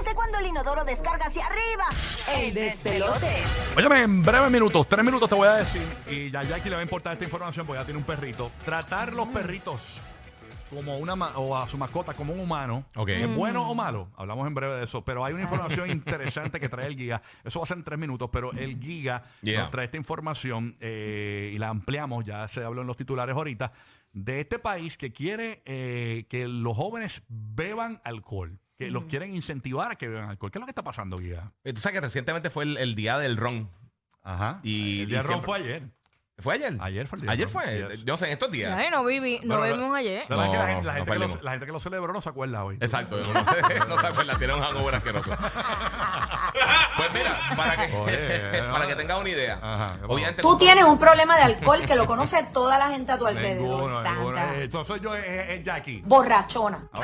de cuando el inodoro descarga hacia arriba. El despelote. Óyeme, en breves minutos, 3 minutos te voy a decir, y ya Jackie le va a importar esta información porque ya tiene un perrito. Tratar los perritos como o a su mascota como un humano. Okay. ¿Es bueno o malo? Hablamos en breve de eso, pero hay una información interesante que trae el Giga. Eso va a ser en 3 minutos, pero el Giga nos trae esta información y la ampliamos, ya se habló en los titulares ahorita, de este país que quiere que los jóvenes beban alcohol, que los quieren incentivar a que beban alcohol. ¿Qué es lo que está pasando, Giga? Tú sabes que recientemente fue el día del ron. Ajá. Y el día del ron fue ayer. ¿Fue ayer? Ayer fue el día. Ayer fue. Yo sé, en estos días. Ay, no vimos ayer. La verdad es que No, la gente que lo celebró no se acuerda hoy. Exacto. No se acuerda, tiene un hangover asqueroso. Pues mira, para que tengas una idea. Ajá, Obviamente, Tú tienes un problema de alcohol que lo conoce toda la gente a tu alrededor. Ninguno. Santa. Entonces soy yo, es Jackie. Borrachona. Ok,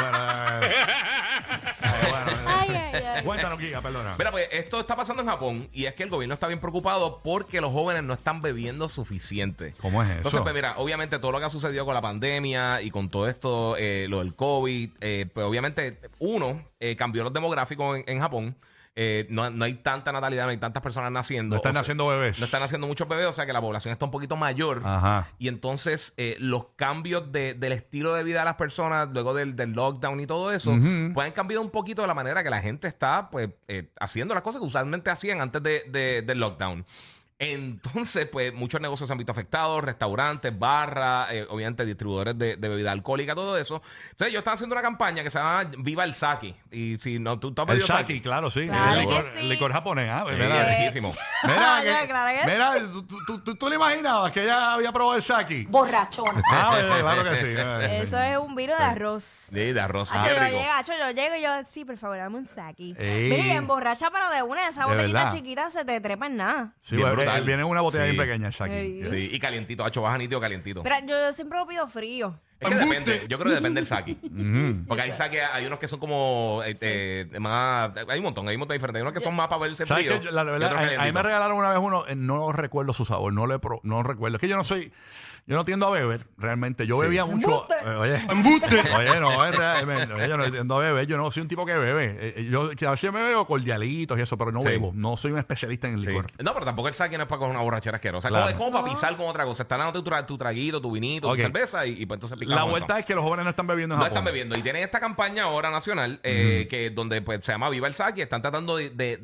bueno. Cuéntanos, Giga, perdona. Mira, pues esto está pasando en Japón y es que el gobierno está bien preocupado porque los jóvenes no están bebiendo suficiente. ¿Cómo es eso? Entonces, pues mira, obviamente todo lo que ha sucedido con la pandemia y con todo esto, lo del COVID, pues obviamente cambió los demográficos en Japón. No hay tanta natalidad, no hay tantas personas naciendo. No están naciendo bebés. No están haciendo muchos bebés, o sea que la población está un poquito mayor. Ajá. Y entonces los cambios del estilo de vida de las personas, luego del lockdown y todo eso, pues han cambiado un poquito de la manera que la gente está pues haciendo las cosas que usualmente hacían antes del lockdown. Entonces, pues muchos negocios se han visto afectados, restaurantes, barras, obviamente distribuidores de bebida alcohólica, todo eso. Entonces, yo estaba haciendo una campaña que se llama Viva el Sake. Y si no, tú has El bebido sake, claro, sí. Claro El que sí. licor japonés. Sí, Mira, riquísimo. mira, Claro que sí. mira, ¿tú le imaginabas que ella había probado el sake? Borrachona. Claro que sí. Eso es un vino de arroz. Sí, de arroz. Acho, Qué rico. yo llego y yo, sí, por favor, dame un saki. Ey. Mira, y emborracha, pero de una, esa De botellita verdad. chiquita se te trepa en nada. Sí, Bien bueno, brutal. viene en una botella Sí. bien pequeña el sake. Ey. Sí, y calientito, hacho, baja nítido calientito. Pero yo siempre lo pido frío. Es que depende, yo creo que depende del sake. Porque hay sake, hay unos que son como más, hay un montón diferentes. Hay unos que son más para verse ¿Sabes frío. qué? La verdad, a mí me regalaron una vez uno, no recuerdo su sabor, no recuerdo. Es que yo no tiendo a beber, realmente. Yo bebía mucho. Oye, no, es realmente. Oye, yo no tiendo a beber. Yo no soy un tipo que bebe. Yo a veces me bebo cordialitos y eso, pero no bebo. No soy un especialista en el licor. No, pero tampoco el sake no es para coger una borrachera asquerosa. Claro. Es como para pisar con otra cosa. Están dando tu traguito, tu vinito, tu cerveza y pues entonces picamos. La vuelta es que los jóvenes no están bebiendo en No Japón. están bebiendo. Y tienen esta campaña ahora nacional donde pues, se llama Viva el Sake. Están tratando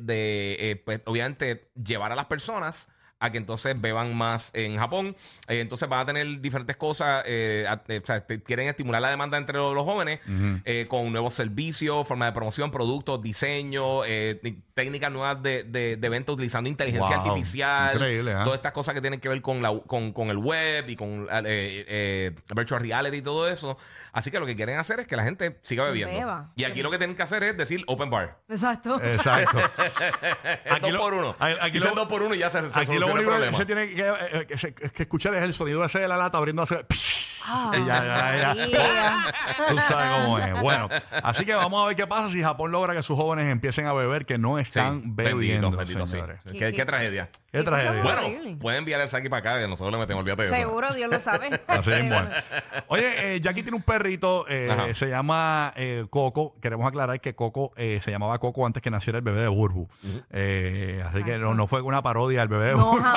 pues, obviamente, llevar a las personas a que entonces beban más en Japón. Entonces van a tener diferentes cosas. Quieren estimular la demanda entre los jóvenes con nuevos servicios, formas de promoción, productos, diseño, técnicas nuevas de venta utilizando inteligencia artificial. Increíble, Todas estas cosas que tienen que ver con el web y con virtual reality y todo eso. Así que lo que quieren hacer es que la gente siga bebiendo. Beba. Y aquí lo que tienen que hacer es decir open bar. Exacto. Exacto. Dos por uno. Dicen 2 por 1 y ya se Aquí soluciona lo el único problema. que se tiene que escuchar es el sonido ese de la lata abriéndose. Y ya. María. Tú sabes cómo es. Bueno, así que vamos a ver qué pasa si Japón logra que sus jóvenes empiecen a beber, que no están bebiendo. Bendito, sí. Señores. Qué tragedia. Qué tragedia. Bueno, horrible. pueden enviar el sake para acá, que nosotros le metemos, olvídate de eso. Seguro, Dios lo sabe. Así es, bueno. Oye, Jackie tiene un perrito, Ajá. se llama Coco. Queremos aclarar que Coco se llamaba Coco antes que naciera el bebé de Burbu. Así que no fue una parodia del bebé de No, Burbu.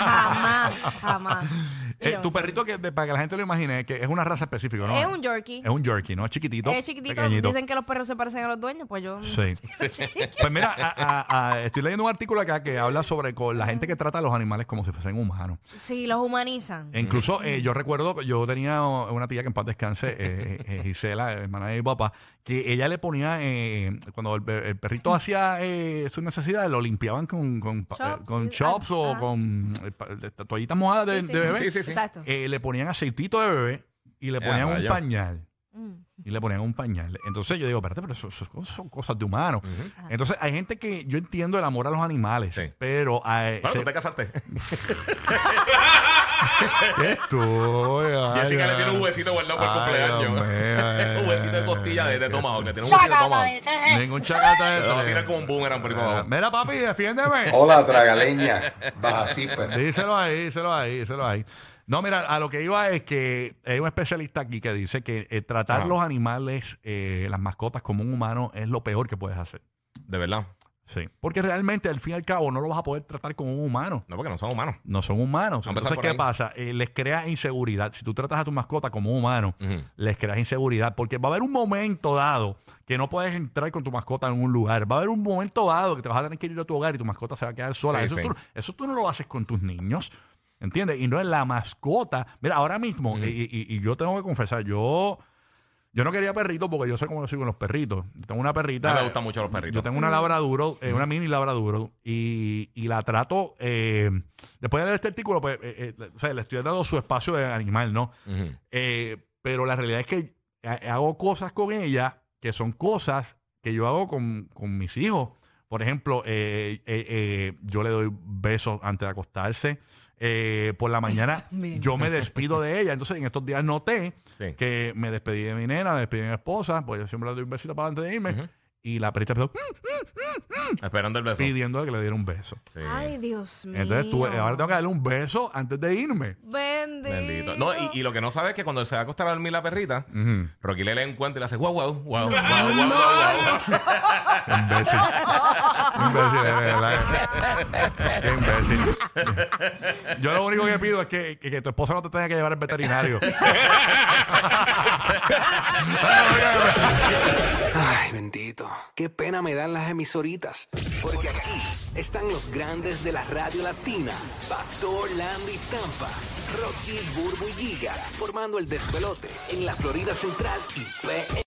jamás. Mira, Tu perrito, para que la gente lo imagine, que es una raza específica, ¿no? es un Yorkie. Es un Yorkie, ¿no? Es chiquitito. Es chiquitito. Pequeñito. Dicen que los perros se parecen a los dueños, pues yo... Sí. Pues mira, estoy leyendo un artículo acá que habla sobre con la gente que trata a los animales como si fuesen humanos. Sí, los humanizan. E incluso yo recuerdo, yo tenía una tía que en paz descanse, Gisela, hermana de mi papá, que ella le ponía, cuando el perrito hacía sus necesidades, lo limpiaban con Sí. chops o Ajá. con toallitas mojadas de bebé. Sí. Exacto. Le ponían aceitito de bebé y le ponían un rayo. pañal. Mm. Y le ponían un pañal. Entonces yo digo, espérate, pero eso son cosas de humanos. Entonces hay gente que yo entiendo el amor a los animales, Sí. pero... Bueno, tú te casaste. Jessica le tiene un huesito guardado por cumpleaños. Un huesito de costilla de tomahawk. Le tiene un huesito de tomahawk. Ningún chacata de Lo va a eso. tirar como un boomerang por ahí para abajo. Mira, papi, defiéndeme. Hola, tragaleña. Baja así, pues. Díselo ahí. No, mira, a lo que iba es que hay un especialista aquí que dice que tratar los animales, las mascotas como un humano es lo peor que puedes hacer. De verdad. Sí. Porque realmente, al fin y al cabo, no lo vas a poder tratar como un humano. No, porque no son humanos. No son humanos. Vamos a Entonces, empezar ¿qué por pasa? Les creas inseguridad. Si tú tratas a tu mascota como un humano, les creas inseguridad. Porque va a haber un momento dado que no puedes entrar con tu mascota en un lugar. Va a haber un momento dado que te vas a tener que ir a tu hogar y tu mascota se va a quedar sola. Sí, Eso tú no lo haces con tus niños. ¿Entiendes? Y no es la mascota. Mira, ahora mismo, y yo tengo que confesar, yo no quería perritos porque yo sé cómo yo soy con los perritos. Yo tengo una perrita. A mí me gustan mucho los perritos. Yo tengo una labraduro, una mini labraduro, y la trato. Después de leer este artículo, pues, o sea, le estoy dando su espacio de animal, ¿no? Pero la realidad es que hago cosas con ella que son cosas que yo hago con mis hijos. Por ejemplo, yo le doy besos antes de acostarse. Por la mañana yo me despido de ella. Entonces en estos días noté que me despedí de mi nena, me despedí de mi esposa, pues yo siempre le doy un besito para antes de irme, y la perrita empezó esperando el beso, pidiendo que le diera un beso. Sí. Ay, Dios mío. Entonces ahora tengo que darle un beso antes de irme. Bendito. No, y lo que no sabe es que cuando se va a acostar a dormir la perrita, Rocky le encuentra y le hace guau, guau, guau, guau, guau, guau. Imbécil. Imbécil, de verdad. Qué imbécil. Yo lo único que pido es que tu esposa no te tenga que llevar al veterinario. Ay, bendito. Qué pena me dan las emisoritas. Porque aquí están los grandes de la radio latina. Pastor, Landy, Tampa. Rocky, Burbu y Giga. Formando el despelote en la Florida Central y